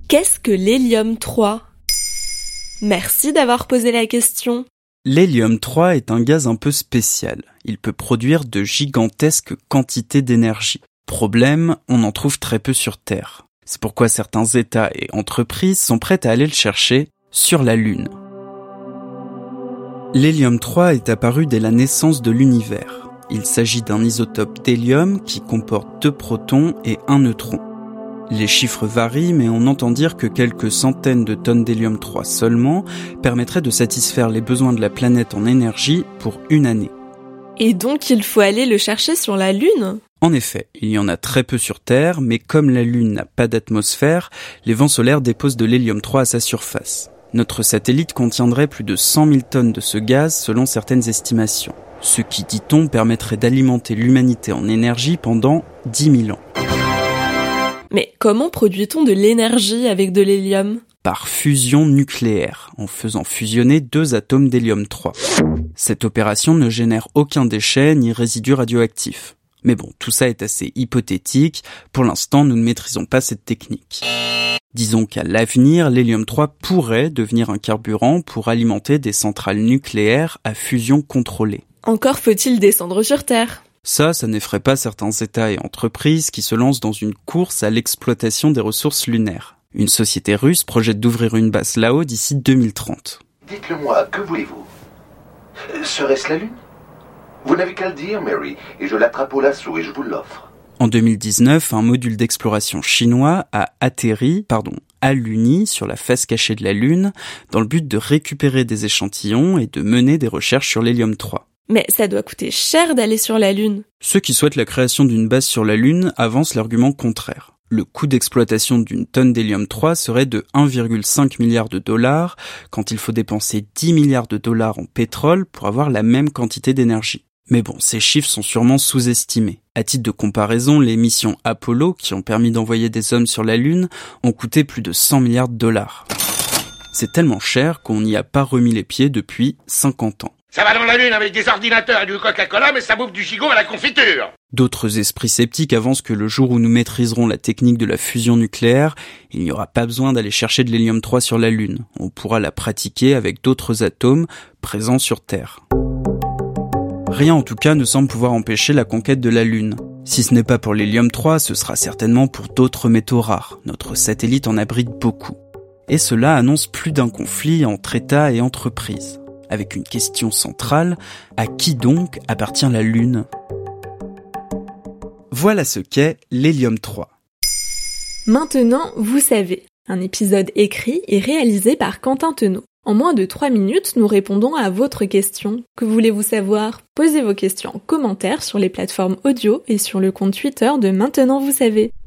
Qu'est-ce que l'hélium-3 ? Merci d'avoir posé la question. L'hélium-3 est un gaz un peu spécial. Il peut produire de gigantesques quantités d'énergie. Problème, on en trouve très peu sur Terre. C'est pourquoi certains États et entreprises sont prêts à aller le chercher sur la Lune. L'hélium-3 est apparu dès la naissance de l'univers. Il s'agit d'un isotope d'hélium qui comporte 2 protons et 1 neutron. Les chiffres varient, mais on entend dire que quelques centaines de tonnes d'hélium-3 seulement permettraient de satisfaire les besoins de la planète en énergie pour une année. Et donc il faut aller le chercher sur la Lune ? En effet, il y en a très peu sur Terre, mais comme la Lune n'a pas d'atmosphère, les vents solaires déposent de l'hélium-3 à sa surface. Notre satellite contiendrait plus de 100 000 tonnes de ce gaz selon certaines estimations. Ce qui, dit-on, permettrait d'alimenter l'humanité en énergie pendant 10 000 ans. Mais comment produit-on de l'énergie avec de l'hélium ? Par fusion nucléaire, en faisant fusionner 2 atomes d'hélium-3. Cette opération ne génère aucun déchet ni résidu radioactif. Mais bon, tout ça est assez hypothétique. Pour l'instant, nous ne maîtrisons pas cette technique. Disons qu'à l'avenir, l'hélium-3 pourrait devenir un carburant pour alimenter des centrales nucléaires à fusion contrôlée. Encore faut-il descendre sur Terre. Ça n'effraie pas certains États et entreprises qui se lancent dans une course à l'exploitation des ressources lunaires. Une société russe projette d'ouvrir une base là-haut d'ici 2030. Dites-le-moi, que voulez-vous ? Serait-ce la Lune ? Vous n'avez qu'à le dire, Mary, et je l'attrape au lasso et je vous l'offre. En 2019, un module d'exploration chinois a alluni sur la face cachée de la Lune dans le but de récupérer des échantillons et de mener des recherches sur l'hélium-3. Mais ça doit coûter cher d'aller sur la Lune. Ceux qui souhaitent la création d'une base sur la Lune avancent l'argument contraire. Le coût d'exploitation d'une tonne d'hélium-3 serait de 1,5 milliard de dollars quand il faut dépenser 10 milliards de dollars en pétrole pour avoir la même quantité d'énergie. Mais bon, ces chiffres sont sûrement sous-estimés. À titre de comparaison, les missions Apollo, qui ont permis d'envoyer des hommes sur la Lune, ont coûté plus de 100 milliards de dollars. C'est tellement cher qu'on n'y a pas remis les pieds depuis 50 ans. Ça va dans la Lune avec des ordinateurs et du Coca-Cola, mais ça bouffe du gigot à la confiture. D'autres esprits sceptiques avancent que le jour où nous maîtriserons la technique de la fusion nucléaire, il n'y aura pas besoin d'aller chercher de l'hélium-3 sur la Lune. On pourra la pratiquer avec d'autres atomes présents sur Terre. Rien en tout cas ne semble pouvoir empêcher la conquête de la Lune. Si ce n'est pas pour l'hélium-3, ce sera certainement pour d'autres métaux rares. Notre satellite en abrite beaucoup. Et cela annonce plus d'un conflit entre États et entreprises. Avec une question centrale, à qui donc appartient la Lune ? Voilà ce qu'est l'hélium-3. Maintenant, vous savez. Un épisode écrit et réalisé par Quentin Tenot. En moins de 3 minutes, nous répondons à votre question. Que voulez-vous savoir ? Posez vos questions en commentaire sur les plateformes audio et sur le compte Twitter de Maintenant Vous Savez.